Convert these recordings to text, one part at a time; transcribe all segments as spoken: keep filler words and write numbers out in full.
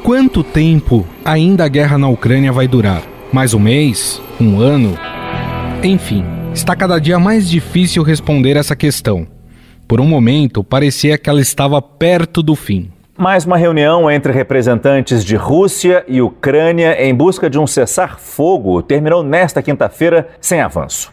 Quanto tempo ainda a guerra na Ucrânia vai durar? Mais um mês? Um ano? Enfim, está cada dia mais difícil responder essa questão. Por um momento, parecia que ela estava perto do fim. Mais uma reunião entre representantes de Rússia e Ucrânia em busca de um cessar-fogo terminou nesta quinta-feira sem avanço.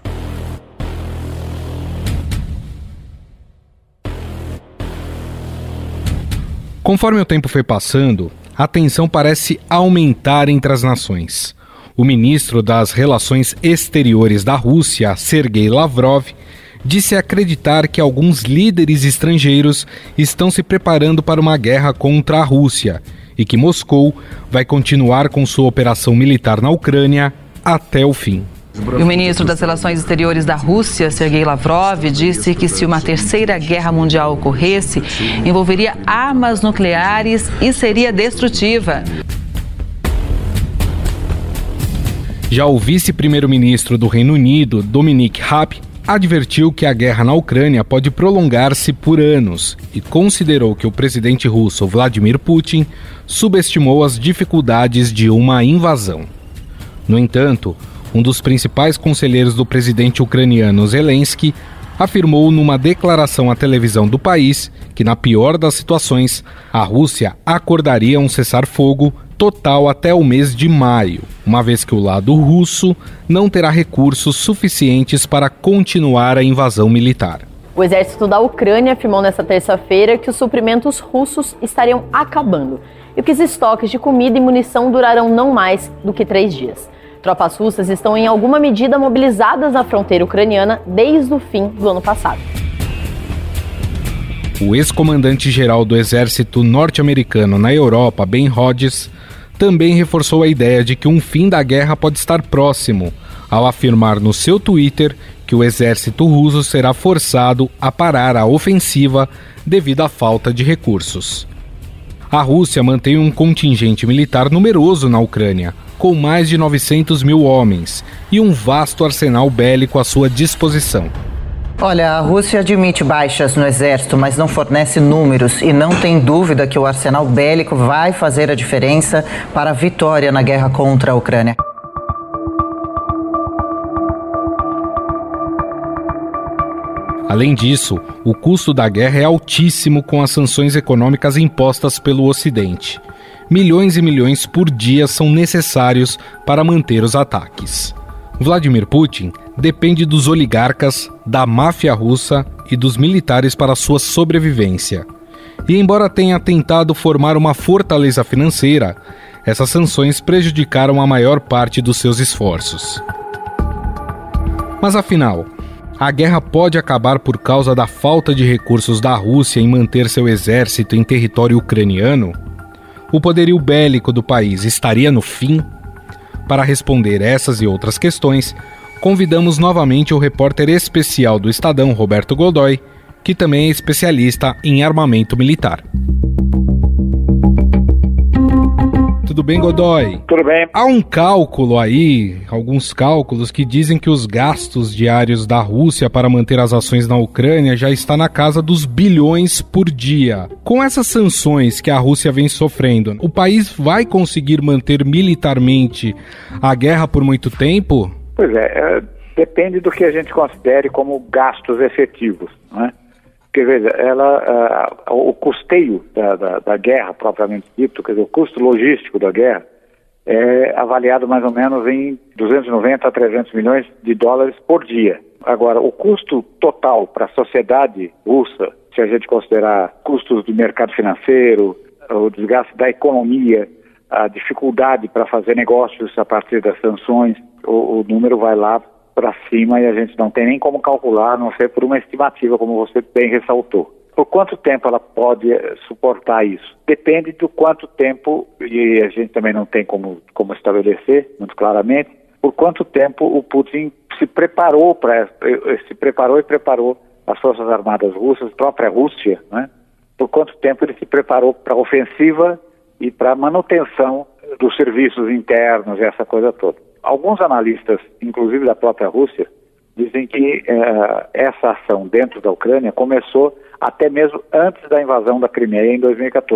Conforme o tempo foi passando, a tensão parece aumentar entre as nações. O ministro das Relações Exteriores da Rússia, Sergei Lavrov, disse acreditar que alguns líderes estrangeiros estão se preparando para uma guerra contra a Rússia e que Moscou vai continuar com sua operação militar na Ucrânia até o fim. E o ministro das Relações Exteriores da Rússia, Sergei Lavrov, disse que se uma terceira guerra mundial ocorresse, envolveria armas nucleares e seria destrutiva. Já o vice-primeiro-ministro do Reino Unido, Dominic Raab, advertiu que a guerra na Ucrânia pode prolongar-se por anos e considerou que o presidente russo Vladimir Putin subestimou as dificuldades de uma invasão. No entanto, um dos principais conselheiros do presidente ucraniano Zelensky afirmou numa declaração à televisão do país que, na pior das situações, a Rússia acordaria um cessar-fogo total até o mês de maio, uma vez que o lado russo não terá recursos suficientes para continuar a invasão militar. O exército da Ucrânia afirmou nesta terça-feira que os suprimentos russos estariam acabando e que os estoques de comida e munição durarão não mais do que três dias. Tropas russas estão em alguma medida mobilizadas na fronteira ucraniana desde o fim do ano passado. O ex-comandante-geral do exército norte-americano na Europa, Ben Hodges, também reforçou a ideia de que um fim da guerra pode estar próximo, ao afirmar no seu Twitter que o exército russo será forçado a parar a ofensiva devido à falta de recursos. A Rússia mantém um contingente militar numeroso na Ucrânia, com mais de novecentos mil homens e um vasto arsenal bélico à sua disposição. Olha, a Rússia admite baixas no exército, mas não fornece números e não tem dúvida que o arsenal bélico vai fazer a diferença para a vitória na guerra contra a Ucrânia. Além disso, o custo da guerra é altíssimo com as sanções econômicas impostas pelo Ocidente. Milhões e milhões por dia são necessários para manter os ataques. Vladimir Putin depende dos oligarcas, da máfia russa e dos militares para sua sobrevivência. E embora tenha tentado formar uma fortaleza financeira, essas sanções prejudicaram a maior parte dos seus esforços. Mas afinal, a guerra pode acabar por causa da falta de recursos da Rússia em manter seu exército em território ucraniano? O poderio bélico do país estaria no fim? Para responder essas e outras questões, convidamos novamente o repórter especial do Estadão, Roberto Godoy, que também é especialista em armamento militar. Tudo bem, Godoy? Tudo bem. Há um cálculo aí, alguns cálculos que dizem que os gastos diários da Rússia para manter as ações na Ucrânia já está na casa dos bilhões por dia. Com essas sanções que a Rússia vem sofrendo, o país vai conseguir manter militarmente a guerra por muito tempo? Pois é, é depende do que a gente considere como gastos efetivos, não é? Porque, veja, ela, uh, o custeio da, da, da guerra, propriamente dito, quer dizer, o custo logístico da guerra, é avaliado mais ou menos em duzentos e noventa a trezentos milhões de dólares por dia. Agora, o custo total para a sociedade russa, se a gente considerar custos do mercado financeiro, o desgaste da economia, a dificuldade para fazer negócios a partir das sanções, o, o número vai lá para cima e a gente não tem nem como calcular, a não ser por uma estimativa, como você bem ressaltou. Por quanto tempo ela pode suportar isso? Depende do quanto tempo, e a gente também não tem como, como estabelecer muito claramente, por quanto tempo o Putin se preparou para se preparou e preparou as Forças Armadas Russas, a própria Rússia, né? Por quanto tempo ele se preparou para a ofensiva e para a manutenção dos serviços internos e essa coisa toda. Alguns analistas, inclusive da própria Rússia, dizem que eh, essa ação dentro da Ucrânia começou até mesmo antes da invasão da Crimeia em dois mil e quatorze.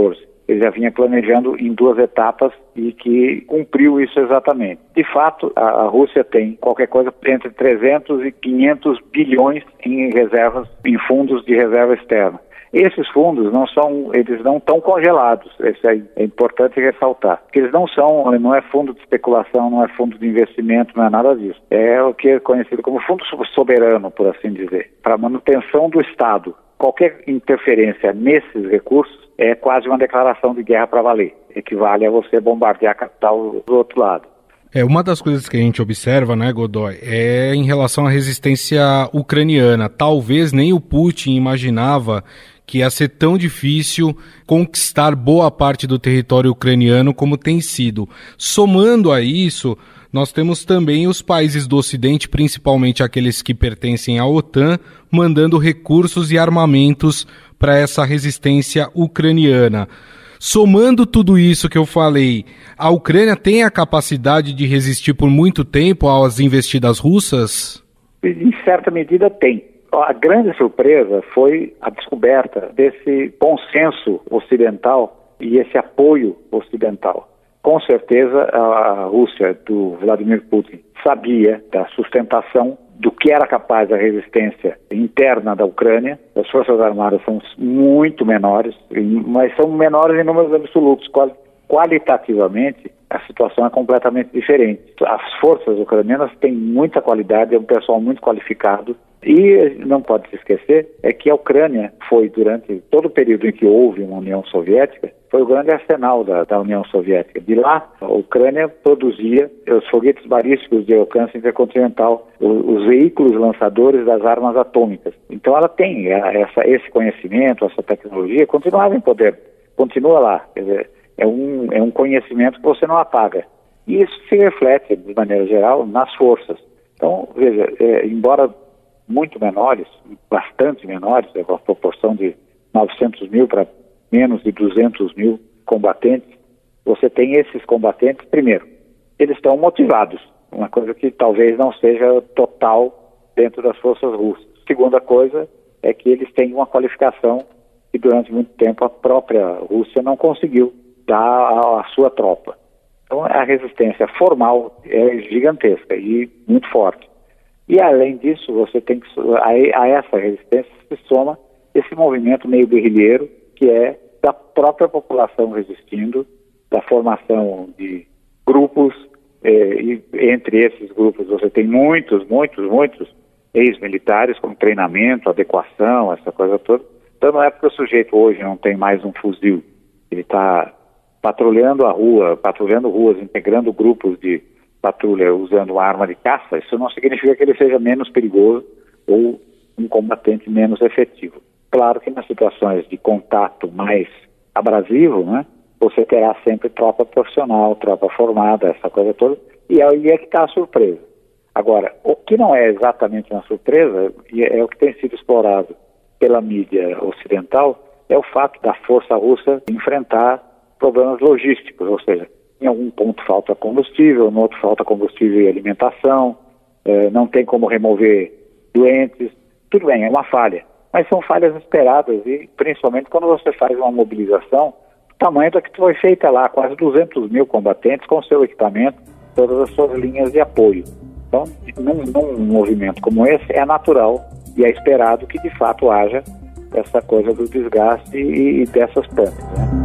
ele já vinha planejando em duas etapas e que cumpriu isso exatamente. De fato, a, a Rússia tem qualquer coisa entre trezentos e quinhentos bilhões em reservas, em fundos de reserva externa. Esses fundos não são, eles não estão congelados, isso é, é importante ressaltar. Porque eles não são, não é fundo de especulação, não é fundo de investimento, não é nada disso. É o que é conhecido como fundo soberano, por assim dizer, para manutenção do Estado. Qualquer interferência nesses recursos é quase uma declaração de guerra para valer. Equivale a você bombardear a capital do outro lado. É, uma das coisas que a gente observa, né, Godoy, é em relação à resistência ucraniana. Talvez nem o Putin imaginava que ia ser tão difícil conquistar boa parte do território ucraniano como tem sido. Somando a isso, nós temos também os países do Ocidente, principalmente aqueles que pertencem à OTAN, mandando recursos e armamentos para essa resistência ucraniana. Somando tudo isso que eu falei, a Ucrânia tem a capacidade de resistir por muito tempo às investidas russas? Em certa medida tem. A grande surpresa foi a descoberta desse consenso ocidental e esse apoio ocidental. Com certeza a Rússia do Vladimir Putin sabia da sustentação do que era capaz da resistência interna da Ucrânia. As forças armadas são muito menores, mas são menores em números absolutos. Qualitativamente, a situação é completamente diferente. As forças ucranianas têm muita qualidade, é um pessoal muito qualificado. E não pode se esquecer é que a Ucrânia foi, durante todo o período em que houve uma União Soviética, foi o grande arsenal da, da União Soviética. De lá, a Ucrânia produzia os foguetes balísticos de alcance intercontinental, os, os veículos lançadores das armas atômicas. Então ela tem essa, esse conhecimento, essa tecnologia, continuava em poder, continua lá. Quer dizer, é um, é um conhecimento que você não apaga. E isso se reflete, de maneira geral, nas forças. Então, veja, é, embora muito menores, bastante menores, é uma proporção de novecentos mil para menos de duzentos mil combatentes, você tem esses combatentes, primeiro, eles estão motivados, uma coisa que talvez não seja total dentro das forças russas. Segunda coisa é que eles têm uma qualificação que durante muito tempo a própria Rússia não conseguiu dar à, à sua tropa. Então a resistência formal é gigantesca e muito forte. E além disso, você tem que, a, a essa resistência se soma esse movimento meio guerrilheiro, que é da própria população resistindo, da formação de grupos, eh, e entre esses grupos você tem muitos, muitos, muitos ex-militares com treinamento, adequação, essa coisa toda. Então não é porque o sujeito hoje não tem mais um fuzil, ele está patrulhando a rua, patrulhando ruas, integrando grupos de patrulha usando uma arma de caça, isso não significa que ele seja menos perigoso ou um combatente menos efetivo. Claro que nas situações de contato mais abrasivo, né, você terá sempre tropa profissional, tropa formada, essa coisa toda, e aí é que está a surpresa. Agora, o que não é exatamente uma surpresa, e é o que tem sido explorado pela mídia ocidental, é o fato da força russa enfrentar problemas logísticos, ou seja, em algum ponto falta combustível, no outro falta combustível e alimentação, eh, não tem como remover doentes, tudo bem, é uma falha, mas são falhas esperadas e principalmente quando você faz uma mobilização do tamanho da que foi feita lá, quase duzentos mil combatentes com seu equipamento, todas as suas linhas de apoio. Então, num, num movimento como esse, é natural e é esperado que de fato haja essa coisa do desgaste e, e dessas plantas, né?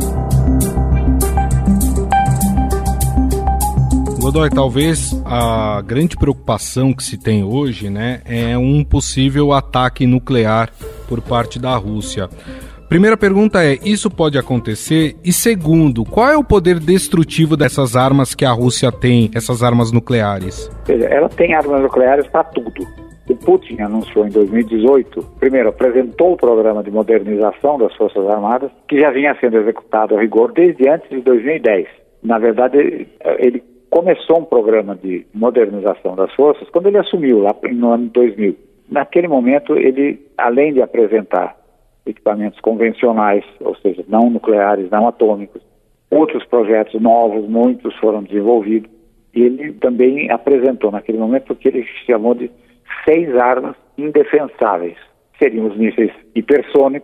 Godoy, talvez a grande preocupação que se tem hoje, né, é um possível ataque nuclear por parte da Rússia. Primeira pergunta é, isso pode acontecer? E segundo, qual é o poder destrutivo dessas armas que a Rússia tem, essas armas nucleares? Ela tem armas nucleares para tudo. O Putin anunciou em dois mil e dezoito, primeiro apresentou o programa de modernização das Forças Armadas, que já vinha sendo executado a rigor desde antes de dois mil e dez. Na verdade, ele começou um programa de modernização das forças quando ele assumiu, lá no ano dois mil. Naquele momento, ele, além de apresentar equipamentos convencionais, ou seja, não nucleares, não atômicos, outros projetos novos, muitos foram desenvolvidos, ele também apresentou naquele momento o que ele chamou de seis armas indefensáveis. Seriam os mísseis hipersônicos,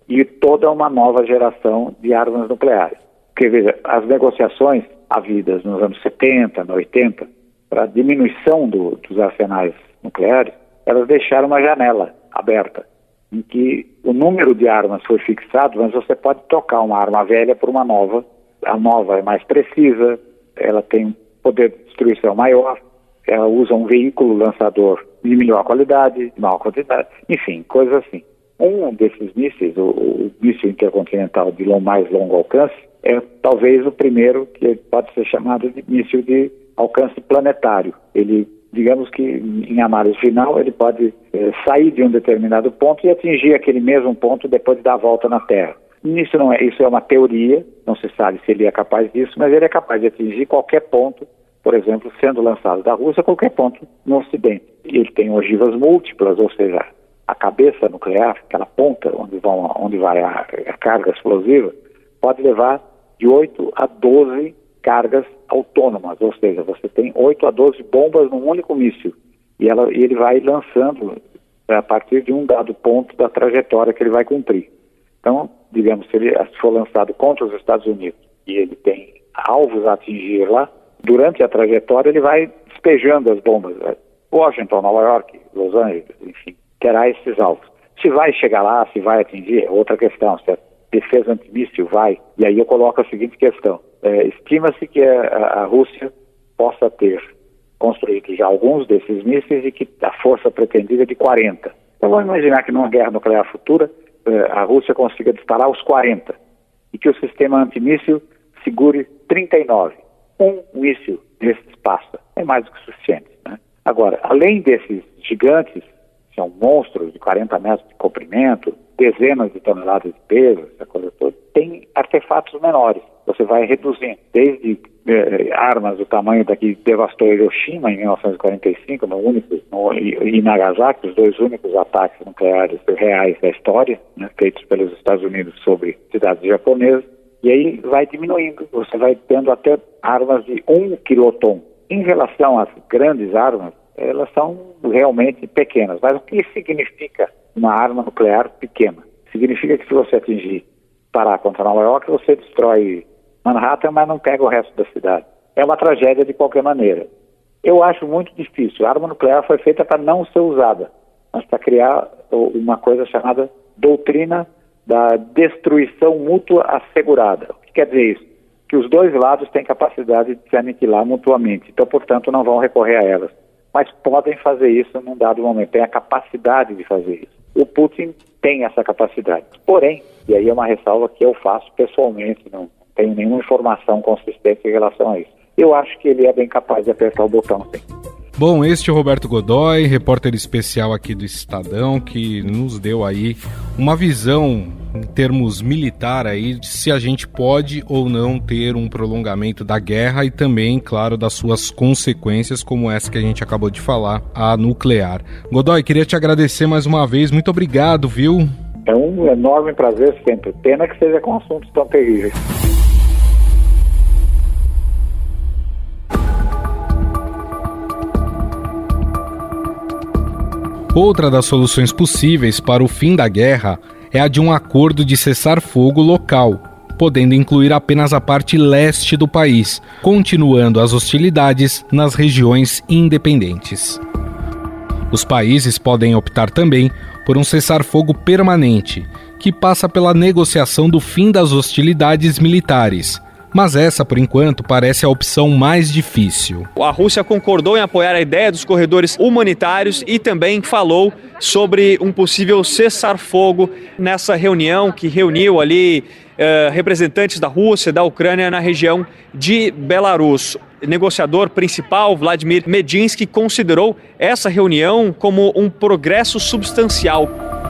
e toda uma nova geração de armas nucleares. Porque, veja, as negociações havidas nos anos setenta, nos oitenta, para a diminuição do, dos arsenais nucleares, elas deixaram uma janela aberta, em que o número de armas foi fixado, mas você pode trocar uma arma velha por uma nova. A nova é mais precisa, ela tem um poder de destruição maior, ela usa um veículo lançador de melhor qualidade, de maior quantidade, enfim, coisas assim. Um desses mísseis, o, o míssil intercontinental de long, mais longo alcance, é talvez o primeiro que pode ser chamado de míssil de alcance planetário. Ele, digamos que em análise final, ele pode eh, sair de um determinado ponto e atingir aquele mesmo ponto depois de dar a volta na Terra. Isso, não é, isso é uma teoria, não se sabe se ele é capaz disso, mas ele é capaz de atingir qualquer ponto, por exemplo, sendo lançado da Rússia, qualquer ponto no Ocidente. E ele tem ogivas múltiplas, ou seja, a cabeça nuclear, aquela ponta onde, vão, onde vai a, a carga explosiva, pode levar de oito a doze cargas autônomas, ou seja, você tem oito a doze bombas num único míssil, e, ela, e ele vai lançando a partir de um dado ponto da trajetória que ele vai cumprir. Então, digamos, se ele se for lançado contra os Estados Unidos e ele tem alvos a atingir lá, durante a trajetória ele vai despejando as bombas. Washington, Nova York, Los Angeles, enfim, terá esses alvos. Se vai chegar lá, se vai atingir, é outra questão. Se a defesa antimíssil vai, e aí eu coloco a seguinte questão. É, estima-se que a, a Rússia possa ter construído já alguns desses mísseis e que a força pretendida é de quarenta. Então vamos imaginar que numa guerra nuclear futura, a Rússia consiga disparar os quarenta e que o sistema antimíssil segure trinta e nove. Um míssil desses passa. É mais do que suficiente, né? Agora, além desses gigantes, são monstros de quarenta metros de comprimento, dezenas de toneladas de peso, essa coisa toda, tem artefatos menores. Você vai reduzindo, desde eh, armas do tamanho da que devastou Hiroshima em mil novecentos e quarenta e cinco, no único, no, e, e Nagasaki, os dois únicos ataques nucleares reais da história, né, feitos pelos Estados Unidos sobre cidades japonesas, e aí vai diminuindo, você vai tendo até armas de um quiloton. Em relação às grandes armas, elas são realmente pequenas, mas o que significa uma arma nuclear pequena? Significa que se você atingir, parar contra Nova York, você destrói Manhattan, mas não pega o resto da cidade. É uma tragédia de qualquer maneira. Eu acho muito difícil. A arma nuclear foi feita para não ser usada, mas para criar uma coisa chamada doutrina da destruição mútua assegurada. O que quer dizer isso? Que os dois lados têm capacidade de se aniquilar mutuamente, então, portanto, não vão recorrer a elas. Mas podem fazer isso num dado momento, têm a capacidade de fazer isso. O Putin tem essa capacidade. Porém, e aí é uma ressalva que eu faço pessoalmente, não tenho nenhuma informação consistente em relação a isso. Eu acho que ele é bem capaz de apertar o botão, sim. Bom, este é o Roberto Godoy, repórter especial aqui do Estadão, que nos deu aí uma visão em termos militar aí de se a gente pode ou não ter um prolongamento da guerra e também, claro, das suas consequências, como essa que a gente acabou de falar, a nuclear. Godoy, queria te agradecer mais uma vez, muito obrigado, viu? É um enorme prazer sempre, pena que seja com assuntos tão terríveis. Outra das soluções possíveis para o fim da guerra é a de um acordo de cessar-fogo local, podendo incluir apenas a parte leste do país, continuando as hostilidades nas regiões independentes. Os países podem optar também por um cessar-fogo permanente, que passa pela negociação do fim das hostilidades militares. Mas essa, por enquanto, parece a opção mais difícil. A Rússia concordou em apoiar a ideia dos corredores humanitários e também falou sobre um possível cessar-fogo nessa reunião que reuniu ali eh, representantes da Rússia e da Ucrânia na região de Belarus. O negociador principal, Vladimir Medinsky, considerou essa reunião como um progresso substancial.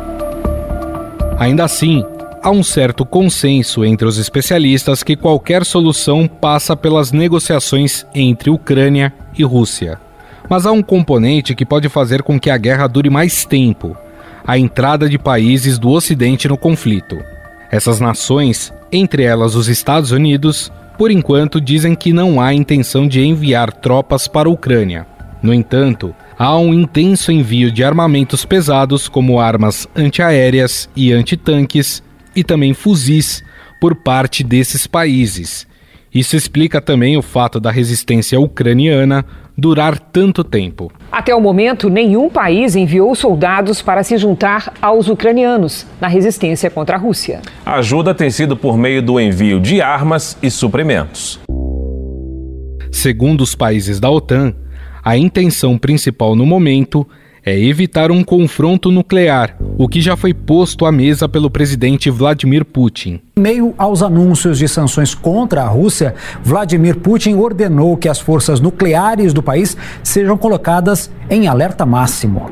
Ainda assim, há um certo consenso entre os especialistas que qualquer solução passa pelas negociações entre Ucrânia e Rússia. Mas há um componente que pode fazer com que a guerra dure mais tempo: a entrada de países do Ocidente no conflito. Essas nações, entre elas os Estados Unidos, por enquanto dizem que não há intenção de enviar tropas para a Ucrânia. No entanto, há um intenso envio de armamentos pesados como armas antiaéreas e antitanques e também fuzis por parte desses países. Isso explica também o fato da resistência ucraniana durar tanto tempo. Até o momento, nenhum país enviou soldados para se juntar aos ucranianos na resistência contra a Rússia. A ajuda tem sido por meio do envio de armas e suprimentos. Segundo os países da OTAN, a intenção principal no momento é evitar um confronto nuclear, o que já foi posto à mesa pelo presidente Vladimir Putin. Em meio aos anúncios de sanções contra a Rússia, Vladimir Putin ordenou que as forças nucleares do país sejam colocadas em alerta máximo.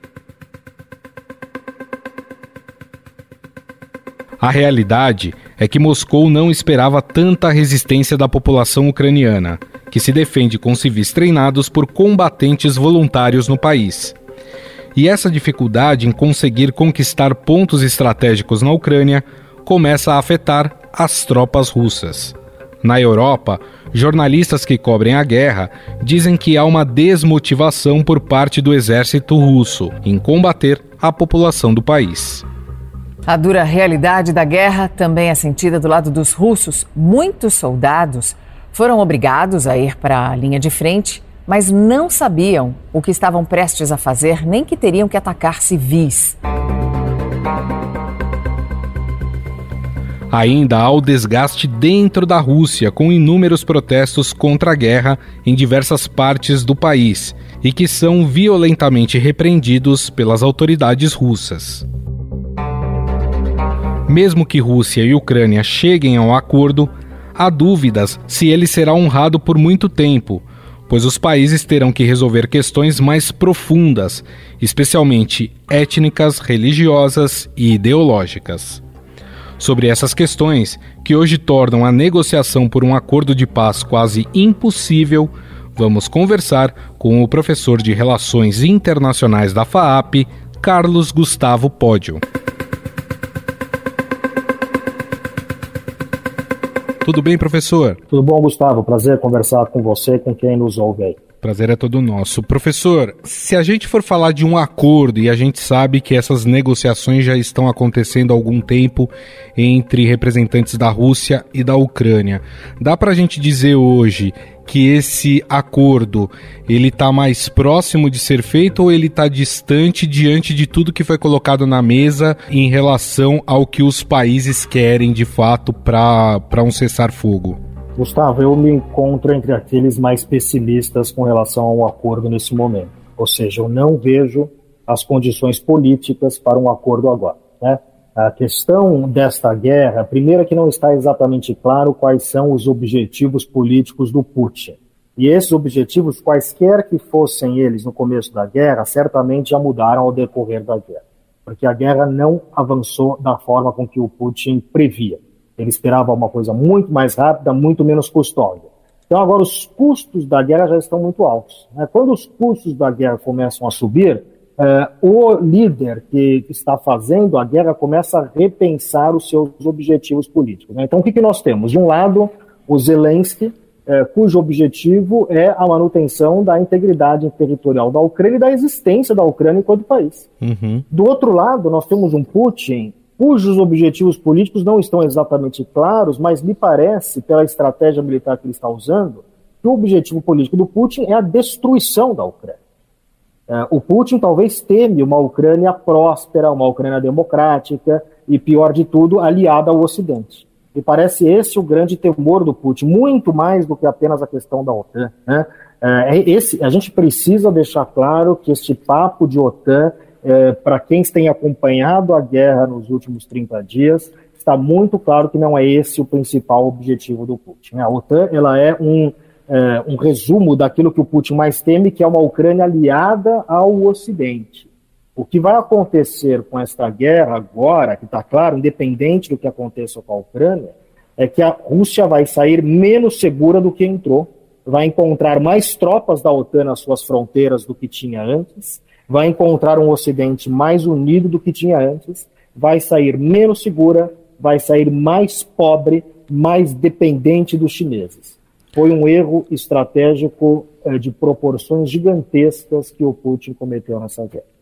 A realidade é que Moscou não esperava tanta resistência da população ucraniana, que se defende com civis treinados por combatentes voluntários no país. E essa dificuldade em conseguir conquistar pontos estratégicos na Ucrânia começa a afetar as tropas russas. Na Europa, jornalistas que cobrem a guerra dizem que há uma desmotivação por parte do exército russo em combater a população do país. A dura realidade da guerra também é sentida do lado dos russos. Muitos soldados foram obrigados a ir para a linha de frente, mas não sabiam o que estavam prestes a fazer, nem que teriam que atacar civis. Ainda há o desgaste dentro da Rússia, com inúmeros protestos contra a guerra em diversas partes do país e que são violentamente repreendidos pelas autoridades russas. Mesmo que Rússia e Ucrânia cheguem ao acordo, há dúvidas se ele será honrado por muito tempo, pois os países terão que resolver questões mais profundas, especialmente étnicas, religiosas e ideológicas. Sobre essas questões, que hoje tornam a negociação por um acordo de paz quase impossível, vamos conversar com o professor de Relações Internacionais da FAAP, Carlos Gustavo Pódio. Tudo bem, professor? Tudo bom, Gustavo. Prazer conversar com você e com quem nos ouve aí. Prazer é todo nosso. Professor, se a gente for falar de um acordo, e a gente sabe que essas negociações já estão acontecendo há algum tempo entre representantes da Rússia e da Ucrânia, dá para a gente dizer hoje que esse acordo ele está mais próximo de ser feito ou ele está distante diante de tudo que foi colocado na mesa em relação ao que os países querem de fato para para um cessar-fogo? Gustavo, eu me encontro entre aqueles mais pessimistas com relação ao acordo nesse momento. Ou seja, eu não vejo as condições políticas para um acordo agora, né? A questão desta guerra, primeiro é que não está exatamente claro quais são os objetivos políticos do Putin. E esses objetivos, quaisquer que fossem eles no começo da guerra, certamente já mudaram ao decorrer da guerra. Porque a guerra não avançou da forma com que o Putin previa. Ele esperava uma coisa muito mais rápida, muito menos custosa. Então agora os custos da guerra já estão muito altos, né? Quando os custos da guerra começam a subir, Uh, o líder que está fazendo a guerra começa a repensar os seus objetivos políticos, né? Então, o que, que nós temos? De um lado, o Zelensky, uh, cujo objetivo é a manutenção da integridade territorial da Ucrânia e da existência da Ucrânia enquanto país. Uhum. Do outro lado, nós temos um Putin cujos objetivos políticos não estão exatamente claros, mas me parece, pela estratégia militar que ele está usando, que o objetivo político do Putin é a destruição da Ucrânia. Uh, o Putin talvez teme uma Ucrânia próspera, uma Ucrânia democrática e, pior de tudo, aliada ao Ocidente. E parece esse o grande temor do Putin, muito mais do que apenas a questão da OTAN, né? Uh, esse, a gente precisa deixar claro que este papo de OTAN, uh, para quem tem acompanhado a guerra nos últimos trinta dias, está muito claro que não é esse o principal objetivo do Putin. A OTAN ela é um É, um resumo daquilo que o Putin mais teme, que é uma Ucrânia aliada ao Ocidente. O que vai acontecer com esta guerra agora, que está claro, independente do que aconteça com a Ucrânia, é que a Rússia vai sair menos segura do que entrou, vai encontrar mais tropas da OTAN nas suas fronteiras do que tinha antes, vai encontrar um Ocidente mais unido do que tinha antes, vai sair menos segura, vai sair mais pobre, mais dependente dos chineses. Foi um erro estratégico eh, de proporções gigantescas que o Putin cometeu nessa guerra.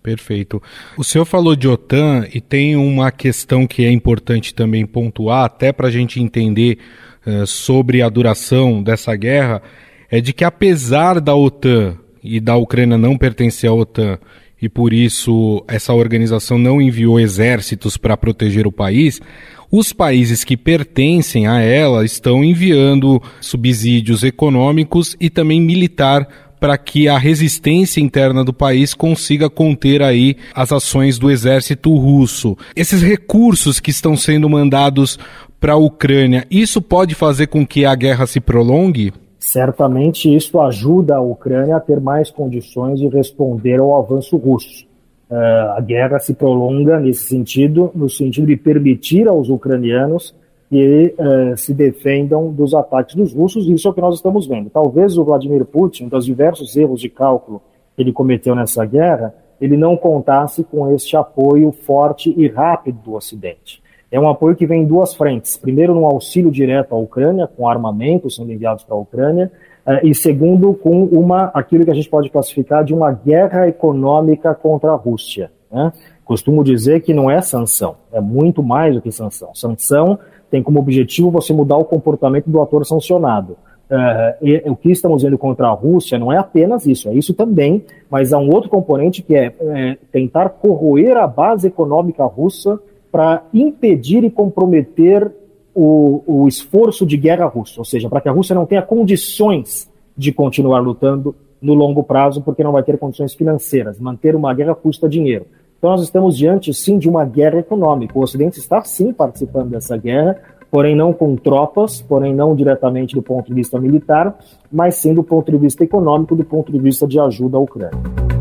Perfeito. O senhor falou de OTAN e tem uma questão que é importante também pontuar, até para a gente entender uh, sobre a duração dessa guerra, é de que apesar da OTAN e da Ucrânia não pertencer à OTAN, e por isso essa organização não enviou exércitos para proteger o país, os países que pertencem a ela estão enviando subsídios econômicos e também militar para que a resistência interna do país consiga conter aí as ações do exército russo. Esses recursos que estão sendo mandados para a Ucrânia, isso pode fazer com que a guerra se prolongue? Certamente isso ajuda a Ucrânia a ter mais condições de responder ao avanço russo. Uh, a guerra se prolonga nesse sentido, no sentido de permitir aos ucranianos que uh, se defendam dos ataques dos russos, e isso é o que nós estamos vendo. Talvez o Vladimir Putin, dos diversos erros de cálculo que ele cometeu nessa guerra, ele não contasse com este apoio forte e rápido do Ocidente. É um apoio que vem em duas frentes. Primeiro, no auxílio direto à Ucrânia, com armamentos sendo enviados para a Ucrânia, uh, e segundo, com uma, aquilo que a gente pode classificar de uma guerra econômica contra a Rússia, né? Costumo dizer que não é sanção, é muito mais do que sanção. Sanção tem como objetivo você mudar o comportamento do ator sancionado. Uh, e, o que estamos vendo contra a Rússia não é apenas isso, é isso também, mas há um outro componente que é, é tentar corroer a base econômica russa para impedir e comprometer o, o esforço de guerra russo, ou seja, para que a Rússia não tenha condições de continuar lutando no longo prazo, porque não vai ter condições financeiras. Manter uma guerra custa dinheiro. Então nós estamos diante, sim, de uma guerra econômica. O Ocidente está, sim, participando dessa guerra, porém não com tropas, porém não diretamente do ponto de vista militar, mas sim do ponto de vista econômico, do ponto de vista de ajuda à Ucrânia.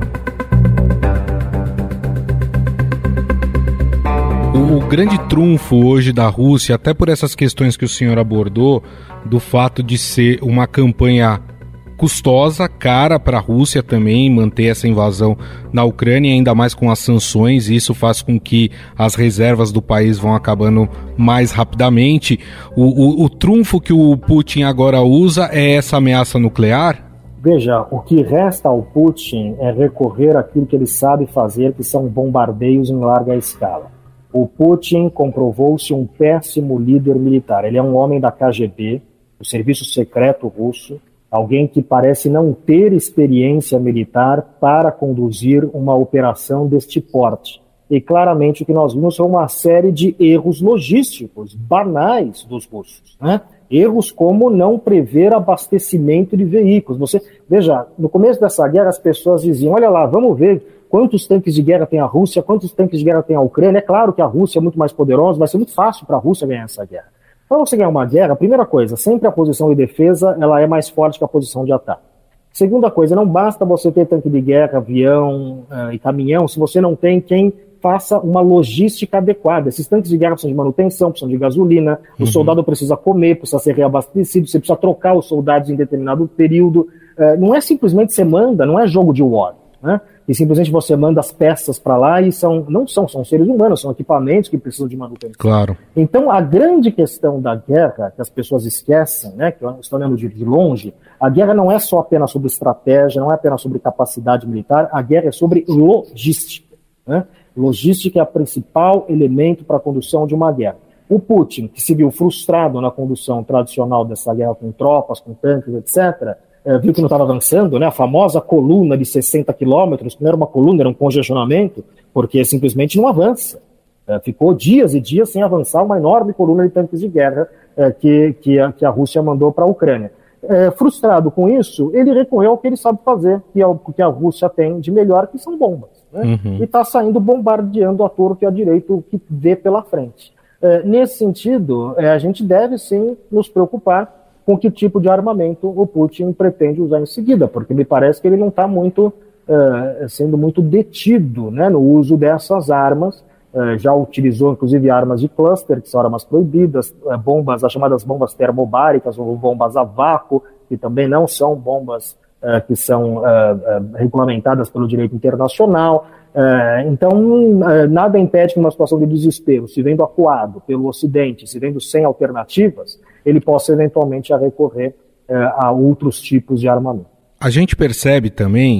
O grande trunfo hoje da Rússia, até por essas questões que o senhor abordou, do fato de ser uma campanha custosa, cara para a Rússia também manter essa invasão na Ucrânia, ainda mais com as sanções, e isso faz com que as reservas do país vão acabando mais rapidamente. O, o, o trunfo que o Putin agora usa é essa ameaça nuclear? Veja, o que resta ao Putin é recorrer àquilo que ele sabe fazer, que são bombardeios em larga escala. O Putin comprovou-se um péssimo líder militar. Ele é um homem da K G B, o serviço secreto russo, alguém que parece não ter experiência militar para conduzir uma operação deste porte. E claramente o que nós vimos foi uma série de erros logísticos banais dos russos, né? Erros como não prever abastecimento de veículos. Você, veja, no começo dessa guerra as pessoas diziam, olha lá, vamos ver quantos tanques de guerra tem a Rússia, quantos tanques de guerra tem a Ucrânia. É claro que a Rússia é muito mais poderosa, vai ser muito fácil para a Rússia ganhar essa guerra. Para você ganhar uma guerra, a primeira coisa, sempre a posição de defesa ela é mais forte que a posição de ataque. Segunda coisa, não basta você ter tanque de guerra, avião uh, e caminhão, se você não tem quem faça uma logística adequada. Esses tanques de guerra precisam de manutenção, precisam de gasolina, uhum. O soldado precisa comer, precisa ser reabastecido, você precisa trocar os soldados em determinado período. Uh, não é simplesmente você manda, não é jogo de war, né? E simplesmente você manda as peças para lá e são, não são, são seres humanos, são equipamentos que precisam de manutenção. Claro. Então, a grande questão da guerra, que as pessoas esquecem, né, que estão olhando de, de longe, a guerra não é só apenas sobre estratégia, não é apenas sobre capacidade militar, a guerra é sobre logística, né? Logística é o principal elemento para a condução de uma guerra. O Putin, que se viu frustrado na condução tradicional dessa guerra com tropas, com tanques, etcétera, É, viu que não estava avançando, né? A famosa coluna de sessenta quilômetros, que não era uma coluna, era um congestionamento, porque simplesmente não avança. É, ficou dias e dias sem avançar uma enorme coluna de tanques de guerra é, que, que, a, que a Rússia mandou para a Ucrânia. É, frustrado com isso, ele recorreu ao que ele sabe fazer, que é o que a Rússia tem de melhor, que são bombas, né? Uhum. E está saindo bombardeando a torto e a direito o que vê pela frente. É, nesse sentido, é, a gente deve sim nos preocupar com que tipo de armamento o Putin pretende usar em seguida, porque me parece que ele não está muito, uh, sendo muito detido, né, no uso dessas armas. Uh, já utilizou, inclusive, armas de cluster, que são armas proibidas, uh, bombas, as chamadas bombas termobáricas, ou bombas a vácuo, que também não são bombas uh, que são uh, uh, regulamentadas pelo direito internacional. Uh, então, uh, nada impede que numa situação de desespero, se vendo acuado pelo Ocidente, se vendo sem alternativas, ele possa eventualmente a recorrer uh, a outros tipos de armamento. A gente percebe também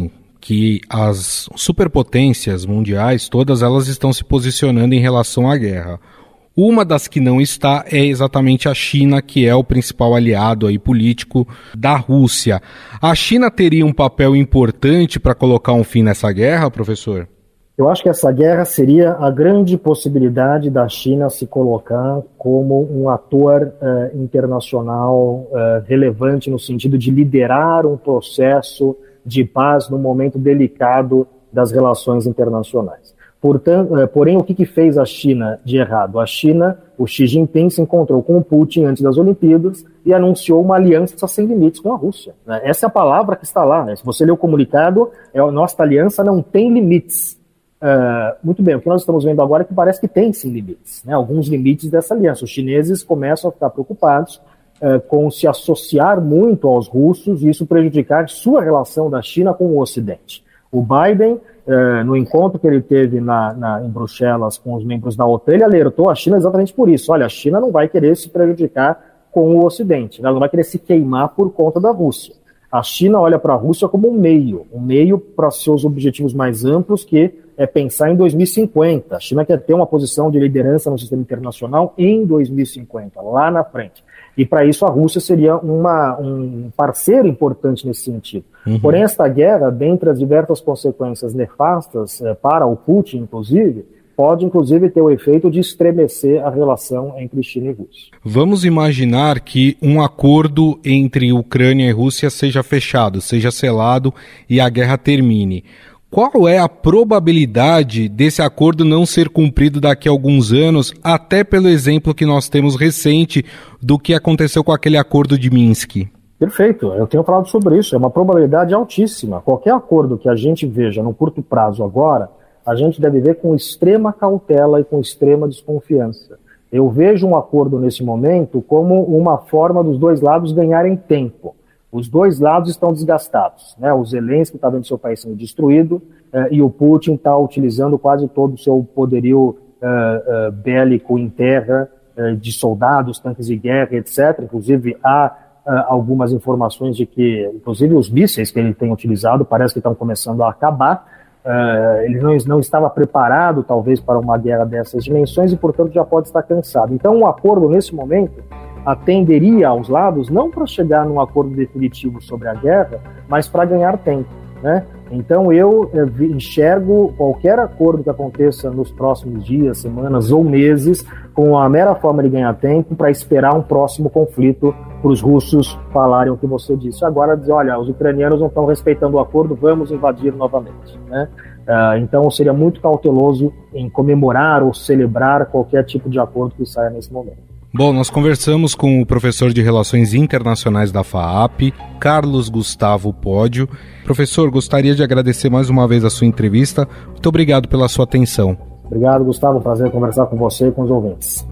que as superpotências mundiais, todas elas estão se posicionando em relação à guerra. Uma das que não está é exatamente a China, que é o principal aliado aí político da Rússia. A China teria um papel importante para colocar um fim nessa guerra, professor? Eu acho que essa guerra seria a grande possibilidade da China se colocar como um ator uh, internacional uh, relevante no sentido de liderar um processo de paz no momento delicado das relações internacionais. Portanto, uh, porém, o que, que fez a China de errado? A China, o Xi Jinping se encontrou com o Putin antes das Olimpíadas e anunciou uma aliança sem limites com a Rússia. Né? Essa é a palavra que está lá. Né? Se você ler o comunicado, é, a nossa aliança não tem limites. Uh, muito bem, o que nós estamos vendo agora é que parece que tem sim limites, né? Alguns limites dessa aliança. Os chineses começam a ficar preocupados uh, com se associar muito aos russos e isso prejudicar sua relação da China com o Ocidente. O Biden, uh, no encontro que ele teve na, na, em Bruxelas com os membros da OTAN, ele alertou a China exatamente por isso. Olha, a China não vai querer se prejudicar com o Ocidente, né? Ela não vai querer se queimar por conta da Rússia. A China olha para a Rússia como um meio, um meio para seus objetivos mais amplos, que é pensar em dois mil e cinquenta. A China quer ter uma posição de liderança no sistema internacional em dois mil e cinquenta, lá na frente. E para isso a Rússia seria uma, um parceiro importante nesse sentido. Uhum. Porém, esta guerra, dentre as diversas consequências nefastas eh, para o Putin, inclusive, pode inclusive ter o efeito de estremecer a relação entre China e Rússia. Vamos imaginar que um acordo entre Ucrânia e Rússia seja fechado, seja selado e a guerra termine. Qual é a probabilidade desse acordo não ser cumprido daqui a alguns anos, até pelo exemplo que nós temos recente do que aconteceu com aquele acordo de Minsk? Perfeito, eu tenho falado sobre isso, é uma probabilidade altíssima. Qualquer acordo que a gente veja no curto prazo agora, a gente deve ver com extrema cautela e com extrema desconfiança. Eu vejo um acordo nesse momento como uma forma dos dois lados ganharem tempo. Os dois lados estão desgastados, né? O Zelensky está vendo seu país sendo destruído eh, e o Putin está utilizando quase todo o seu poderio eh, eh, bélico em terra, eh, de soldados, tanques de guerra, etcétera. Inclusive, há eh, algumas informações de que, inclusive, os mísseis que ele tem utilizado parece que estão começando a acabar. Eh, ele não, não estava preparado, talvez, para uma guerra dessas dimensões e, portanto, já pode estar cansado. Então, um acordo nesse momento atenderia aos lados não para chegar num acordo definitivo sobre a guerra, mas para ganhar tempo, né? Então eu eh, enxergo qualquer acordo que aconteça nos próximos dias, semanas ou meses com a mera forma de ganhar tempo para esperar um próximo conflito para os russos falarem o que você disse. Agora dizer, olha, os ucranianos não estão respeitando o acordo, vamos invadir novamente, né? Uh, então seria muito cauteloso em comemorar ou celebrar qualquer tipo de acordo que saia nesse momento. Bom, nós conversamos com o professor de Relações Internacionais da FAAP, Carlos Gustavo Pódio. Professor, gostaria de agradecer mais uma vez a sua entrevista. Muito obrigado pela sua atenção. Obrigado, Gustavo. Prazer conversar com você e com os ouvintes.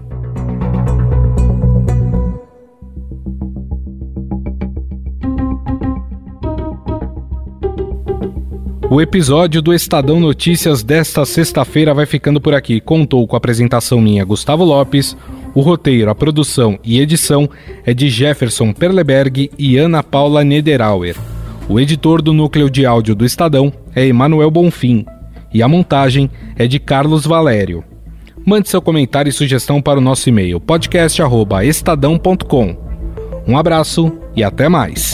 O episódio do Estadão Notícias desta sexta-feira vai ficando por aqui. Contou com a apresentação minha, Gustavo Lopes. O roteiro, a produção e edição é de Jefferson Perleberg e Ana Paula Niederauer. O editor do núcleo de áudio do Estadão é Emanuel Bonfim. E a montagem é de Carlos Valério. Mande seu comentário e sugestão para o nosso e-mail podcast arroba estadão ponto com. Um abraço e até mais.